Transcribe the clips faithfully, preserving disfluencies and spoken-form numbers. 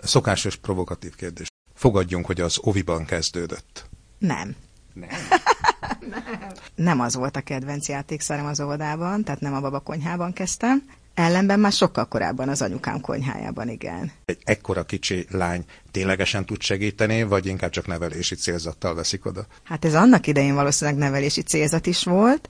Szokásos provokatív kérdés. Fogadjunk, hogy az oviban kezdődött. Nem. Nem. nem. Nem az volt a kedvenc játékszerem az óvodában, tehát nem a babakonyhában kezdtem. Ellenben már sokkal korábban az anyukám konyhájában, igen. Egy ekkora kicsi lány ténylegesen tud segíteni, vagy inkább csak nevelési célzattal veszik oda? Hát ez annak idején valószínűleg nevelési célzat is volt,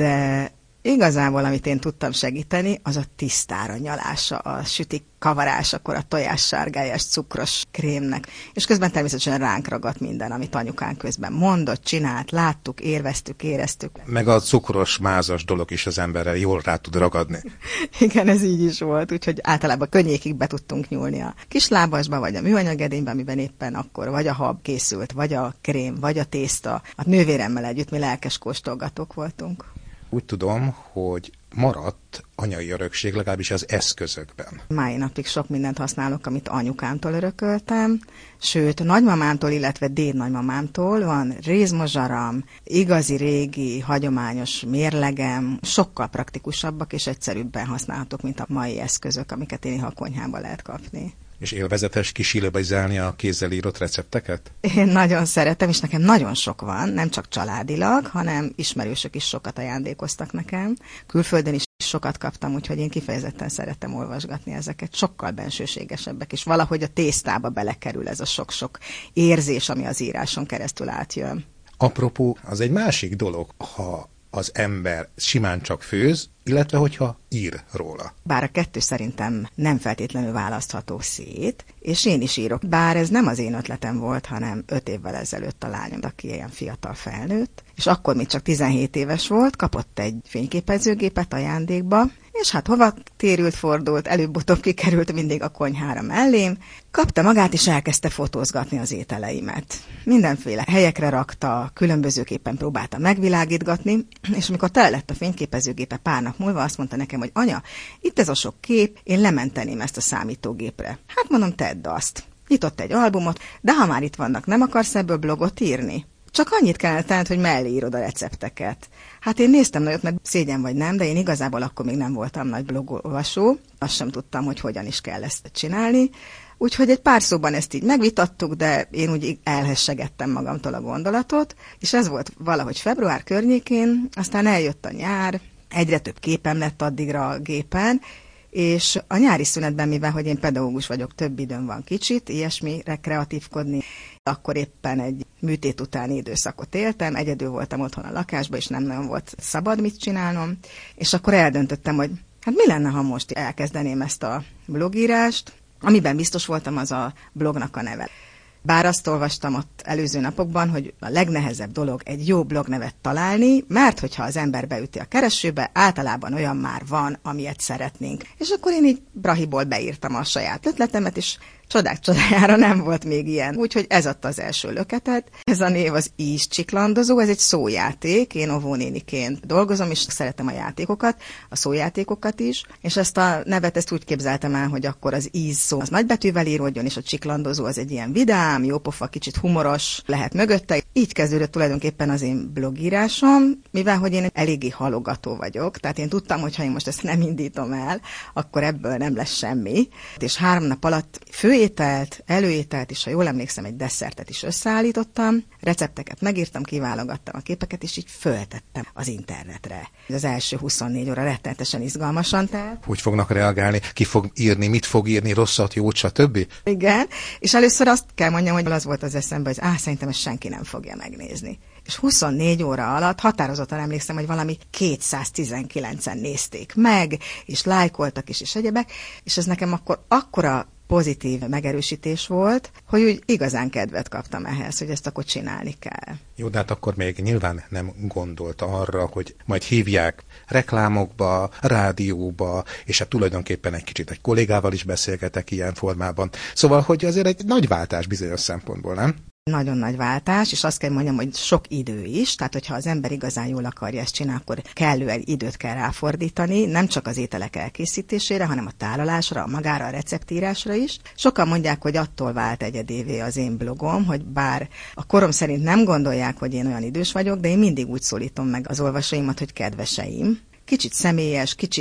de igazából, amit én tudtam segíteni, az a tisztára nyalása, a sütik kavarásakor a tojássárgályás cukros krémnek. És közben természetesen ránk ragadt minden, amit anyukán közben mondott, csinált, láttuk, érveztük, éreztük. Meg a cukros, mázas dolog is az emberrel jól rá tud ragadni. Igen, ez így is volt, úgyhogy általában könnyékig be tudtunk nyúlni a kislábasba, vagy a műanyagedénybe, amiben éppen akkor vagy a hab készült, vagy a krém, vagy a tészta. A nővéremmel együtt mi lelkes kóstolgatók voltunk. Úgy tudom, hogy maradt anyai örökség, legalábbis az eszközökben. Mai napig sok mindent használok, amit anyukámtól örököltem, sőt, nagymamámtól, illetve dédnagymamámtól van rézmozsaram, igazi, régi, hagyományos mérlegem, sokkal praktikusabbak és egyszerűbben használhatók, mint a mai eszközök, amiket én a konyhában lehet kapni. És élvezetes kisilabizálni a kézzel írott recepteket? Én nagyon szeretem, és nekem nagyon sok van, nem csak családilag, hanem ismerősök is sokat ajándékoztak nekem. Külföldön is sokat kaptam, úgyhogy én kifejezetten szeretem olvasgatni ezeket. Sokkal bensőségesebbek, és valahogy a tésztába belekerül ez a sok-sok érzés, ami az íráson keresztül átjön. Apropó, az egy másik dolog, ha az ember simán csak főz, illetve hogyha ír róla. Bár a kettő szerintem nem feltétlenül választható szét, és én is írok. Bár ez nem az én ötletem volt, hanem öt évvel ezelőtt a lányom, aki ilyen fiatal felnőtt, és akkor még csak tizenhét éves volt, kapott egy fényképezőgépet ajándékba, és hát hova térült, fordult, előbb-utóbb kikerült mindig a konyhára mellém, kapta magát, és elkezdte fotózgatni az ételeimet. Mindenféle helyekre rakta, különbözőképpen próbálta megvilágítgatni, és amikor tele lett a fényképezőgépe pár nap múlva, azt mondta nekem, hogy anya, itt ez a sok kép, én lementeném ezt a számítógépre. Hát mondom, tedd azt. Nyitott egy albumot, de ha már itt vannak, nem akarsz ebből blogot írni? Csak annyit kellene tenned, hogy mellé írod a recepteket. Hát én néztem nagyot, mert szégyen vagy nem, de én igazából akkor még nem voltam nagy blogolvasó. Azt sem tudtam, hogy hogyan is kell ezt csinálni. Úgyhogy egy pár szóban ezt így megvitattuk, de én úgy elhessegettem magamtól a gondolatot, és ez volt valahogy február környékén, aztán eljött a nyár, egyre több képem lett addigra a gépen, és a nyári szünetben, mivel hogy én pedagógus vagyok, több időm van kicsit, ilyesmire kreatívkodni, akkor éppen egy műtét utáni időszakot éltem, egyedül voltam otthon a lakásban, és nem nagyon volt szabad mit csinálnom, és akkor eldöntöttem, hogy hát mi lenne, ha most elkezdeném ezt a blogírást, amiben biztos voltam, az a blognak a neve. Bár azt olvastam ott előző napokban, hogy a legnehezebb dolog egy jó blognevet találni, mert hogyha az ember beüti a keresőbe, általában olyan már van, amilyet szeretnénk. És akkor én így brahiból beírtam a saját ötletemet, és csodák csodájára nem volt még ilyen. Úgyhogy ez adta az első löketet. Ez a név az ízcsiklandozó, ez egy szójáték. Én óvónéniként dolgozom, és szeretem a játékokat, a szójátékokat is. És ezt a nevet ezt úgy képzeltem el, hogy akkor az íz szó az nagybetűvel íródjon, és a csiklandozó az egy ilyen vidám, jópofa, kicsit humoros lehet mögötte. Így kezdődött tulajdonképpen az én blogírásom, mivel hogy én eléggé halogató vagyok, tehát én tudtam, hogy ha én most ezt nem indítom el, akkor ebből nem lesz semmi. És három nap alatt fő ételt, előételt, és ha jól emlékszem, egy desszertet is összeállítottam, recepteket megírtam, kiválogattam a képeket, és így föltettem az internetre. Az első huszonnégy óra rettenetesen izgalmasan telt. Hogy fognak reagálni? Ki fog írni? Mit fog írni? Rosszat, jót, stb.? Igen, és először azt kell mondjam, hogy az volt az eszembe, hogy á, szerintem ezt senki nem fogja megnézni. És huszonnégy óra alatt határozottan emlékszem, hogy valami kétszáztizenkilencen nézték meg, és lájkoltak is, és egyebek, és ez nekem akkor akkora pozitív megerősítés volt, hogy úgy igazán kedvet kaptam ehhez, hogy ezt akkor csinálni kell. Jó, de hát akkor még nyilván nem gondolt arra, hogy majd hívják reklámokba, rádióba, és hát tulajdonképpen egy kicsit egy kollégával is beszélgetek ilyen formában. Szóval, hogy azért egy nagy váltás bizonyos szempontból, nem? Nagyon nagy váltás, és azt kell mondjam, hogy sok idő is, tehát hogyha az ember igazán jól akarja ezt csinálni, akkor kellően időt kell ráfordítani, nem csak az ételek elkészítésére, hanem a tálalásra, a magára, a receptírásra is. Sokan mondják, hogy attól vált egyedévé az én blogom, hogy bár a korom szerint nem gondolják, hogy én olyan idős vagyok, de én mindig úgy szólítom meg az olvasóimat, hogy kedveseim. Kicsit személyes, kicsit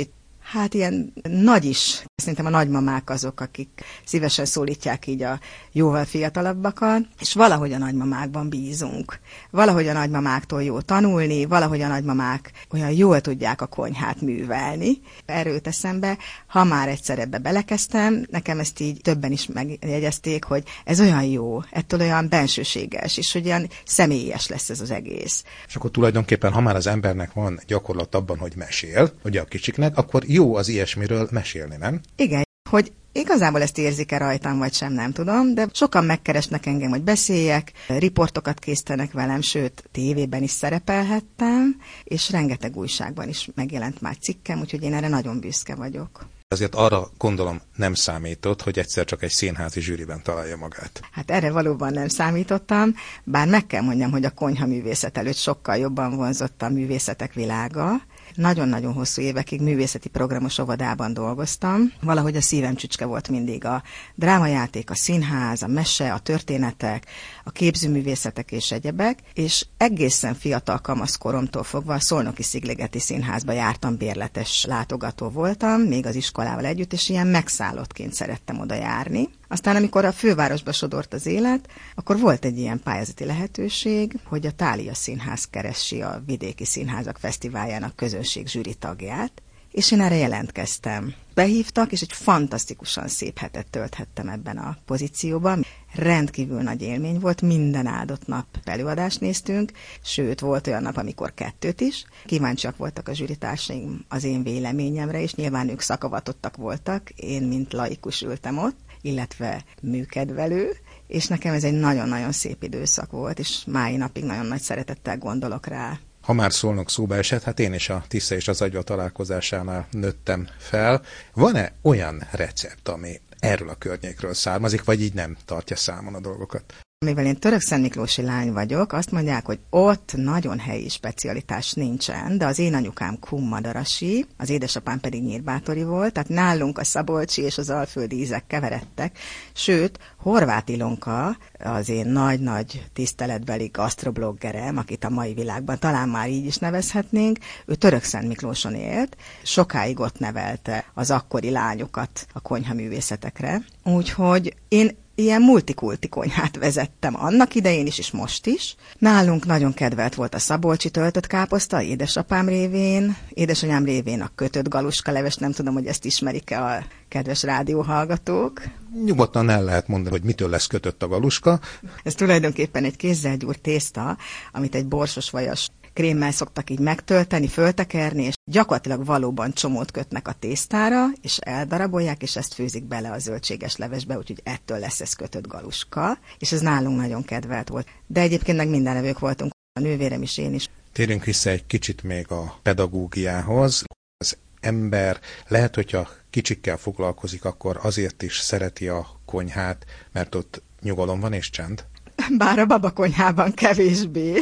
Hát ilyen nagy is. Szerintem a nagymamák azok, akik szívesen szólítják így a jóval fiatalabbakat, és valahogy a nagymamákban bízunk. Valahogy a nagymamáktól jó tanulni, valahogy a nagymamák olyan jól tudják a konyhát művelni. Erőt eszembe, ha már egyszer ebbe belekezdtem, nekem ezt így többen is megjegyezték, hogy ez olyan jó, ettől olyan bensőséges, és hogy olyan személyes lesz ez az egész. És akkor tulajdonképpen, ha már az embernek van gyakorlat abban, hogy mesél, ugye a kicsiknek, akkor jó az ilyesmiről mesélni, nem? Igen, hogy igazából ezt érzik-e rajtam, vagy sem, nem tudom, de sokan megkeresnek engem, hogy beszéljek, riportokat készítenek velem, sőt, tévében is szerepelhettem, és rengeteg újságban is megjelent már cikkem, úgyhogy én erre nagyon büszke vagyok. Azért arra gondolom nem számított, hogy egyszer csak egy színházi zsűriben találja magát. Hát erre valóban nem számítottam, bár meg kell mondjam, hogy a konyhaművészet előtt sokkal jobban vonzott a művészetek világa. Nagyon-nagyon hosszú évekig művészeti programos óvodában dolgoztam. Valahogy a szívem csücske volt mindig a drámajáték, a színház, a mese, a történetek, a képzőművészetek és egyebek, és egészen fiatal kamaszkoromtól fogva a Szolnoki Szigligeti Színházba jártam, bérletes látogató voltam, még az iskolával együtt, és ilyen megszállottként szerettem oda járni. Aztán, amikor a fővárosba sodort az élet, akkor volt egy ilyen pályázati lehetőség, hogy a Thália Színház keresi a Vidéki Színházak Fesztiváljának közönség zsűri tagját, és én erre jelentkeztem. Behívtak, és egy fantasztikusan szép hetet tölthettem ebben a pozícióban. Rendkívül nagy élmény volt, minden áldott nap előadást néztünk, sőt, volt olyan nap, amikor kettőt is. Kíváncsiak voltak a zsűritársaim az én véleményemre, és nyilván ők szakavatottak voltak, én mint laikus ültem ott, illetve műkedvelő, és nekem ez egy nagyon-nagyon szép időszak volt, és mai napig nagyon nagy szeretettel gondolok rá. Ha már Szolnok szóba esett, hát én is a Tisza és az Agyva találkozásánál nőttem fel. Van-e olyan recept, ami erről a környékről származik, vagy így nem tartja számon a dolgokat? Mivel én törökszentmiklósi lány vagyok, azt mondják, hogy ott nagyon helyi specialitás nincsen, de az én anyukám kummadarasi, az édesapám pedig nyírbátori volt, tehát nálunk a szabolcsi és az alföldi ízek keveredtek, sőt, Horváth Ilonka, az én nagy-nagy tiszteletbeli gasztrobloggerem, akit a mai világban talán már így is nevezhetnénk, ő Törökszentmiklóson élt, sokáig ott nevelte az akkori lányokat a konyhaművészetekre, úgyhogy én ilyen multikulti konyhát vezettem annak idején is, és most is. Nálunk nagyon kedvelt volt a szabolcsi töltött káposzta, édesapám révén, édesanyám révén a kötött galuska leves, nem tudom, hogy ezt ismerik-e a kedves rádióhallgatók. Nyugodtan el lehet mondani, hogy mitől lesz kötött a galuska. Ez tulajdonképpen egy kézzel gyúrt tészta, amit egy borsos vajas krémmel szoktak így megtölteni, föltekerni, és gyakorlatilag valóban csomót kötnek a tésztára, és eldarabolják, és ezt főzik bele a zöldséges levesbe, úgyhogy ettől lesz ez kötött galuska, és ez nálunk nagyon kedvelt volt. De egyébként meg minden evők voltunk, a nővérem is, én is. Térjünk vissza egy kicsit még a pedagógiához. Az ember lehet, hogyha kicsikkel foglalkozik, akkor azért is szereti a konyhát, mert ott nyugalom van és csend. Bár a babakonyhában kevésbé.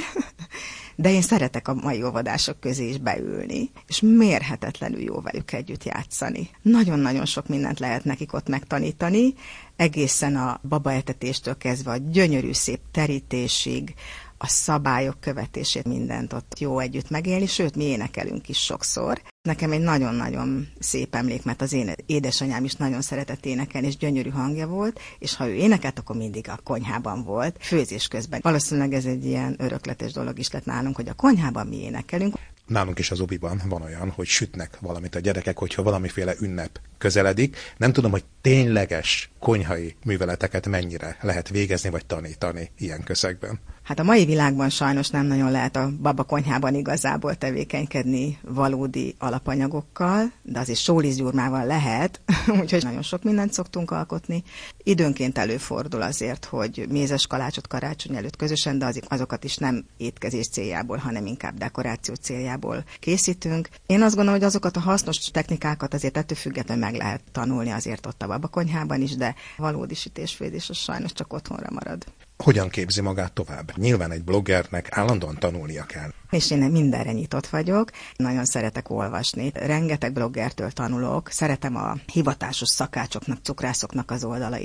De én szeretek a mai óvodások közé is beülni, és mérhetetlenül jó velük együtt játszani. Nagyon-nagyon sok mindent lehet nekik ott megtanítani, egészen a babaetetéstől kezdve a gyönyörű szép terítésig, a szabályok követését, mindent ott jó együtt megélni, sőt, mi énekelünk is sokszor. Nekem egy nagyon-nagyon szép emlék, mert az én édesanyám is nagyon szeretett énekelni, és gyönyörű hangja volt, és ha ő énekelt, akkor mindig a konyhában volt, főzés közben. Valószínűleg ez egy ilyen örökletes dolog is lett nálunk, hogy a konyhában mi énekelünk. Nálunk is az obiban van olyan, hogy sütnek valamit a gyerekek, hogyha valamiféle ünnep közeledik. Nem tudom, hogy tényleges konyhai műveleteket mennyire lehet végezni vagy tanítani ilyen közegben. Hát a mai világban sajnos nem nagyon lehet a babakonyhában igazából tevékenykedni valódi alapanyagokkal, de azért sóliszgyurmával lehet, úgyhogy nagyon sok mindent szoktunk alkotni. Időnként előfordul azért, hogy mézes kalácsot karácsony előtt közösen, de azokat is nem étkezés céljából, hanem inkább dekoráció céljából készítünk. Én azt gondolom, hogy azokat a hasznos technikákat azért ettől függetlenül meg lehet tanulni azért ott a babakonyhában is, de valódi sütésfőzés az sajnos csak otthonra marad. Hogyan képzi magát tovább? Nyilván egy bloggernek állandóan tanulnia kell. És én mindenre nyitott vagyok. Nagyon szeretek olvasni. Rengeteg bloggertől tanulok. Szeretem a hivatásos szakácsoknak, cukrászoknak az oldalait.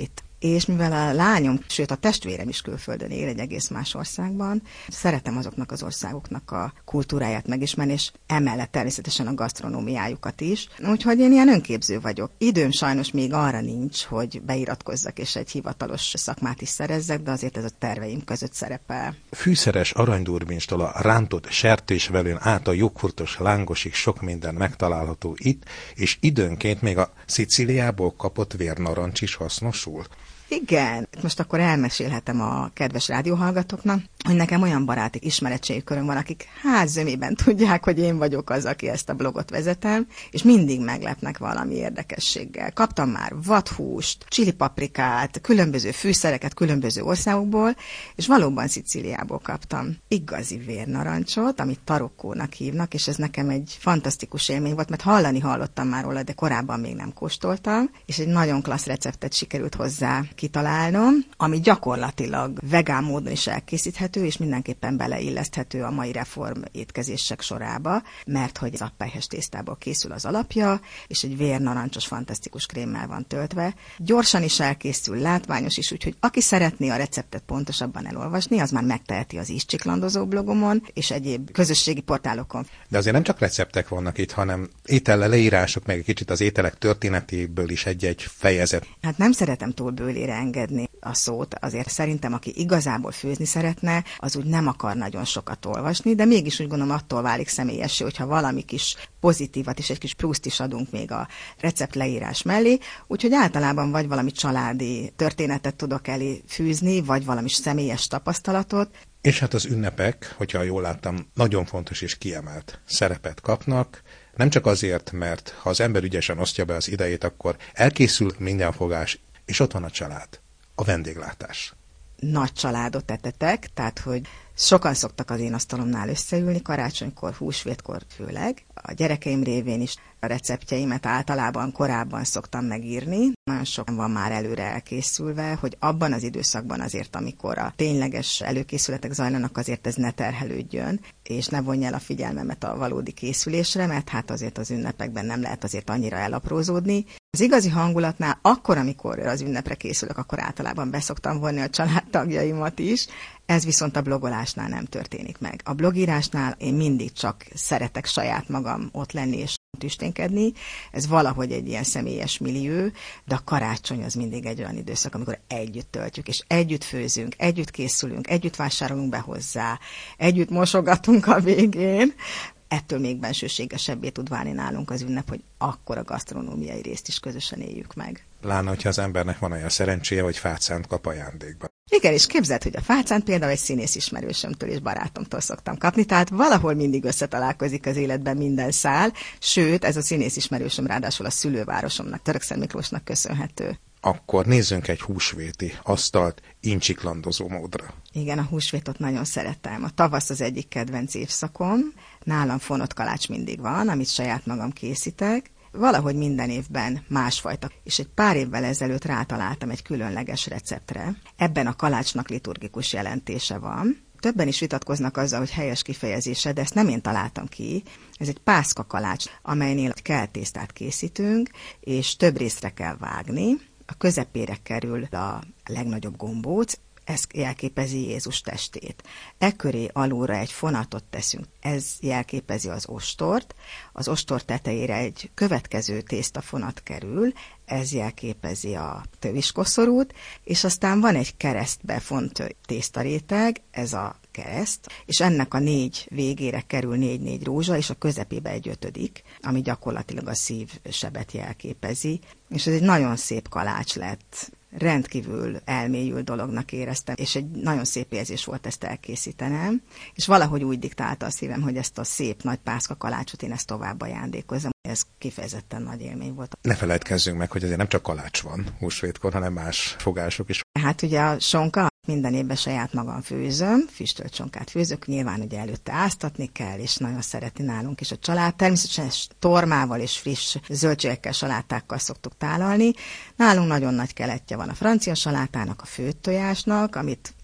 és mivel a lányom, sőt a testvérem is külföldön él egy egész más országban, szeretem azoknak az országoknak a kultúráját megismerni, és emellett természetesen a gasztronómiájukat is. Úgyhogy én ilyen önképző vagyok. Időm sajnos még arra nincs, hogy beiratkozzak és egy hivatalos szakmát is szerezzek, de azért ez a terveim között szerepel. Fűszeres aranydurbinstól a rántott sertésvelőn át a joghurtos lángosig sok minden megtalálható itt, és időnként még a Szicíliából kapott vérnarancs is hasznosul. Igen, most akkor elmesélhetem a kedves rádióhallgatóknak, hogy nekem olyan baráti ismeretségi köröm van, akik hát zömében tudják, hogy én vagyok az, aki ezt a blogot vezetem, és mindig meglepnek valami érdekességgel. Kaptam már vadhúst, csilipaprikát, különböző fűszereket különböző országokból, és valóban Szicíliából kaptam igazi vérnarancsot, amit tarokkónak hívnak, és ez nekem egy fantasztikus élmény volt, mert hallani hallottam már róla, de korábban még nem kóstoltam, és egy nagyon klassz receptet sikerült hozzá kitalálnom, ami gyakorlatilag vegán módon is elkészíthető, és mindenképpen beleilleszthető a mai reform étkezések sorába, mert hogy zappelyhes tésztából készül az alapja, és egy vérnarancsos, fantasztikus krémmel van töltve. Gyorsan is elkészül, látványos is, úgyhogy aki szeretné a receptet pontosabban elolvasni, az már megteheti az Ízcsiklandozó blogomon, és egyéb közösségi portálokon. De azért nem csak receptek vannak itt, hanem étellel leírások, meg egy kicsit az ételek történetéből is egy-egy fejezet. Hát nem szeretem túl bőlére engedni a szót, azért szerintem, aki igazából főzni szeretne, az úgy nem akar nagyon sokat olvasni, de mégis úgy gondolom attól válik személyessé, hogyha valami kis pozitívat és egy kis pluszt is adunk még a recept leírás mellé, úgyhogy általában vagy valami családi történetet tudok elé fűzni, vagy valami személyes tapasztalatot. És hát az ünnepek, hogyha jól láttam, nagyon fontos és kiemelt szerepet kapnak, nem csak azért, mert ha az ember ügyesen osztja be az idejét, akkor elkészül minden fogás, és ott van a család, a vendéglátás. Nagy családot etetek, tehát hogy sokan szoktak az én asztalomnál összeülni, karácsonykor, húsvétkor főleg. A gyerekeim révén is a receptjeimet általában korábban szoktam megírni. Nagyon sok van már előre elkészülve, hogy abban az időszakban azért, amikor a tényleges előkészületek zajlanak, azért ez ne terhelődjön, és ne vonja el a figyelmemet a valódi készülésre, mert hát azért az ünnepekben nem lehet azért annyira elaprózódni. Az igazi hangulatnál akkor, amikor az ünnepre készülök, akkor általában beszoktam vonni a családtagjaimat is. Ez viszont a blogolásnál nem történik meg. A blogírásnál én mindig csak szeretek saját magam ott lenni és tüsténkedni. Ez valahogy egy ilyen személyes millió, de a karácsony az mindig egy olyan időszak, amikor együtt töltjük, és együtt főzünk, együtt készülünk, együtt vásárolunk be hozzá, együtt mosogatunk a végén. Ettől még bensőségesebbé tud válni nálunk az ünnep, hogy akkor a gasztronómiai részt is közösen éljük meg. Pláne, hogyha az embernek van olyan szerencséje, hogy fácánt kap ajándékba. Igen, és képzeld, hogy a fácánt például egy színész ismerősömtől és barátomtól szoktam kapni, tehát valahol mindig összetalálkozik az életben minden szál, sőt, ez a színész ismerősöm ráadásul a szülővárosomnak, Törökszent Miklósnak köszönhető. Akkor nézzünk egy húsvéti asztalt incsiklandozó módra. Igen, a húsvétot nagyon szeretem. A tavasz az egyik kedvenc évszakom. Nálam fonott kalács mindig van, amit saját magam készítek. Valahogy minden évben másfajta. És egy pár évvel ezelőtt rátaláltam egy különleges receptre. Ebben a kalácsnak liturgikus jelentése van. Többen is vitatkoznak azzal, hogy helyes kifejezése, de ezt nem én találtam ki. Ez egy pászka kalács, amelynél keltésztát készítünk, és több részre kell vágni. A közepére kerül a legnagyobb gombóc, ez jelképezi Jézus testét. Ekköré alulra egy fonatot teszünk, ez jelképezi az ostort, az ostor tetejére egy következő tésztafonat kerül, ez jelképezi a töviskoszorút, és aztán van egy keresztbe font tésztaréteg, ez a kereszt, és ennek a négy végére kerül négy-négy rózsa, és a közepébe egy ötödik, ami gyakorlatilag a szívsebet jelképezi, és ez egy nagyon szép kalács lett. Rendkívül elmélyült dolognak éreztem, és egy nagyon szép érzés volt ezt elkészítenem, és valahogy úgy diktálta a szívem, hogy ezt a szép nagy pászka kalácsot én ezt tovább ajándékozom. Ez kifejezetten nagy élmény volt. Ne feledkezzünk meg, hogy azért nem csak kalács van húsvétkor, hanem más fogások is. Hát ugye a sonka, minden évben saját magam főzöm, füstölt sonkát főzök, nyilván ugye előtte áztatni kell, és nagyon szereti nálunk is a család. Természetesen tormával és friss zöldségekkel, salátákkal szoktuk tálalni. Nálunk nagyon nagy keletje van a francia salátának, a főtt tojásnak, amit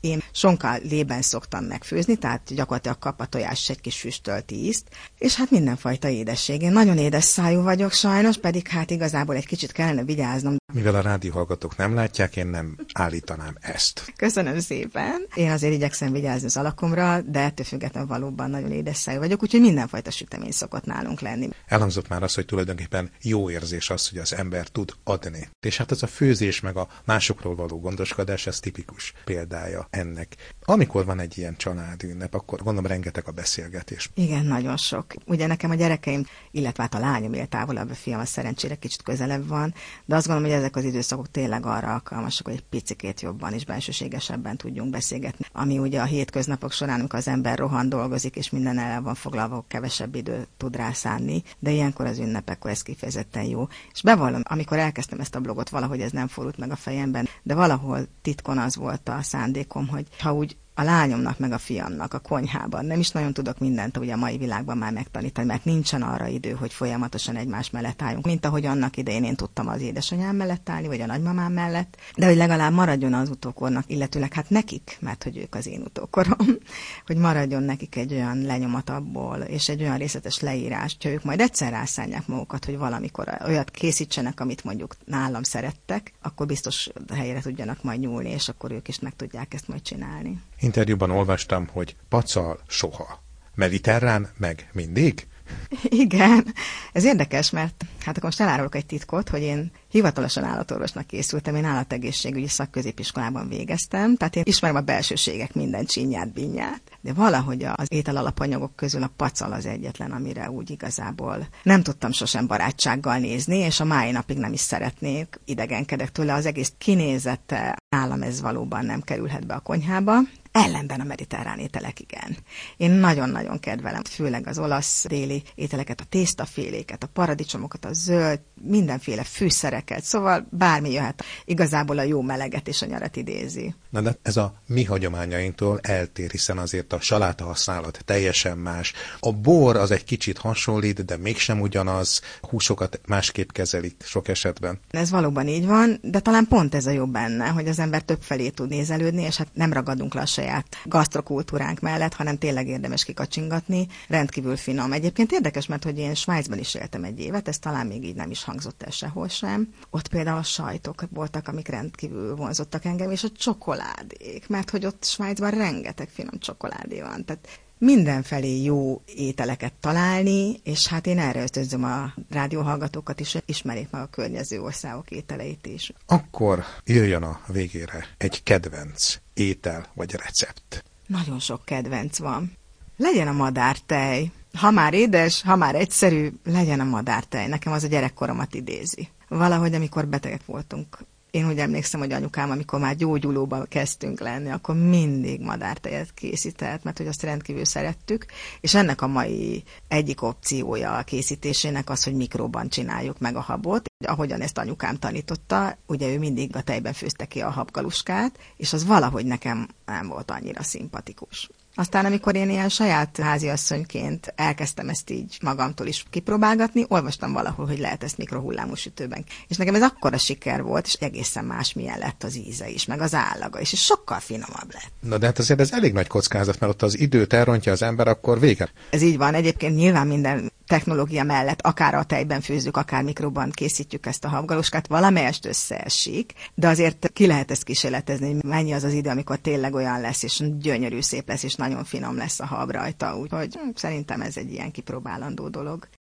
Én sonka lében szoktam megfőzni, tehát gyakorlatilag kap a tojás egy kis füstölt ízt, és hát mindenfajta édesség. Én nagyon édes szájú vagyok sajnos, pedig hát igazából egy kicsit kellene vigyáznom. Mivel a rádióhallgatók nem látják, én nem állítanám ezt. Köszönöm szépen. Én azért igyekszem vigyázni az alakomra, de ettől függetlenül valóban nagyon édes szájú vagyok, úgyhogy mindenfajta sütemény szokott nálunk lenni. Elhangzott már az, hogy tulajdonképpen jó érzés az, hogy az ember tud adni. És hát ez a főzés meg a másokról való gondoskodás, ez tipikus példája ennek. Amikor van egy ilyen családi ünnep, akkor gondolom rengeteg a beszélgetés. Igen, nagyon sok. Ugye nekem a gyerekeim, illetve hát a lányom él távolabb, a fiam a szerencsére kicsit közelebb van, de azt gondolom, hogy ezek az időszakok tényleg arra alkalmasak, hogy egy picikét jobban és bensőségesebben tudjunk beszélgetni. Ami ugye a hétköznapok során, amikor az ember rohan, dolgozik, és minden el van foglalva, kevesebb időt tud rászánni, de ilyenkor az ünnepekkor ez kifejezetten jó. És bevallom, amikor elkezdtem ezt a blogot, valahogy ez nem fordult meg a fejemben, de valahol titkon az volt a szándékom, hogy ha úgy a lányomnak meg a fiamnak a konyhában nem is nagyon tudok mindent ugye a mai világban már megtanítani, mert nincsen arra idő, hogy folyamatosan egymás mellett álljunk, mint ahogy annak idején én tudtam az édesanyám mellett állni, vagy a nagymamám mellett, de hogy legalább maradjon az utókornak, illetőleg hát nekik, mert hogy ők az én utókorom, hogy maradjon nekik egy olyan lenyomat abból, és egy olyan részletes leírás, hogyha ők majd egyszer rászánják magukat, hogy valamikor olyat készítsenek, amit mondjuk nálam szerettek, akkor biztos helyre tudjanak majd nyúlni, és akkor ők is meg tudják ezt majd csinálni. Interjúban olvastam, hogy pacal soha. Mediterrán meg mindig? Igen. Ez érdekes, mert hát akkor most elárulok egy titkot, hogy én hivatalosan állatorvosnak készültem, én állategészségügyi szakközépiskolában végeztem, tehát én ismerem a belsőségek minden csinyát, binyát, de valahogy az étel alapanyagok közül a pacal az egyetlen, amire úgy igazából nem tudtam sosem barátsággal nézni, és a mai napig nem is szeretnék, idegenkedek tőle, az egész kinézete, nálam ez valóban nem kerülhet be a konyhába. Ellenben a mediterrán ételek igen. Én nagyon-nagyon kedvelem, főleg az olasz déli ételeket, a tésztaféléket, a paradicsomokat, a zöld, mindenféle fűszereket, szóval bármi jöhet. Igazából a jó meleget és a nyarat idézi. Na de ez a mi hagyományainktól eltér, hiszen azért a saláta használat teljesen más. A bor az egy kicsit hasonlít, de mégsem ugyanaz, húsokat másképp kezelik sok esetben. Ez valóban így van, de talán pont ez a jó benne, hogy az ember több felé tud nézelődni, és hát nem ragadunk le a saját gasztrokultúránk mellett, hanem tényleg érdemes kikacsingatni. Rendkívül finom. Egyébként érdekes, mert hogy én Svájcban is éltem egy évet, ez talán még így nem is hangzott el sehol sem. Ott például a sajtok voltak, amik rendkívül vonzottak engem, és a csokoládék, mert hogy ott Svájcban rengeteg finom csokoládé van. Tehát mindenfelé jó ételeket találni, és hát én erre ösztönzöm a rádióhallgatókat is, ismerjék meg a környező országok ételeit is. Akkor jöjjön a végére egy kedvenc étel vagy recept. Nagyon sok kedvenc van. Legyen a madártej. Ha már édes, ha már egyszerű, legyen a madártej. Nekem az a gyerekkoromat idézi. Valahogy, amikor betegek voltunk, én úgy emlékszem, hogy anyukám, amikor már gyógyulóban kezdtünk lenni, akkor mindig madártejet készített, mert hogy azt rendkívül szerettük, és ennek a mai egyik opciója a készítésének az, hogy mikróban csináljuk meg a habot. Ahogyan ezt anyukám tanította, ugye ő mindig a tejben főzte ki a habgaluskát, és az valahogy nekem nem volt annyira szimpatikus. Aztán, amikor én ilyen saját háziasszonyként elkezdtem ezt így magamtól is kipróbálgatni, olvastam valahol, hogy lehet ezt mikrohullámú sütőben. És nekem ez akkora siker volt, és egészen másmilyen lett az íze is, meg az állaga is, és sokkal finomabb lett. Na de hát azért ez elég nagy kockázat, mert ott az időt elrontja az ember, akkor vége. Ez így van. Egyébként nyilván minden technológia mellett, akár a tejben főzzük, akár mikróban készítjük ezt a habgaluskát, valamelyest összeesik, de azért ki lehet ezt kísérletezni, hogy mennyi az az idő, amikor tényleg olyan lesz, és gyönyörű, szép lesz, és nagyon finom lesz a hab rajta, úgyhogy szerintem ez egy ilyen kipróbálandó dolog.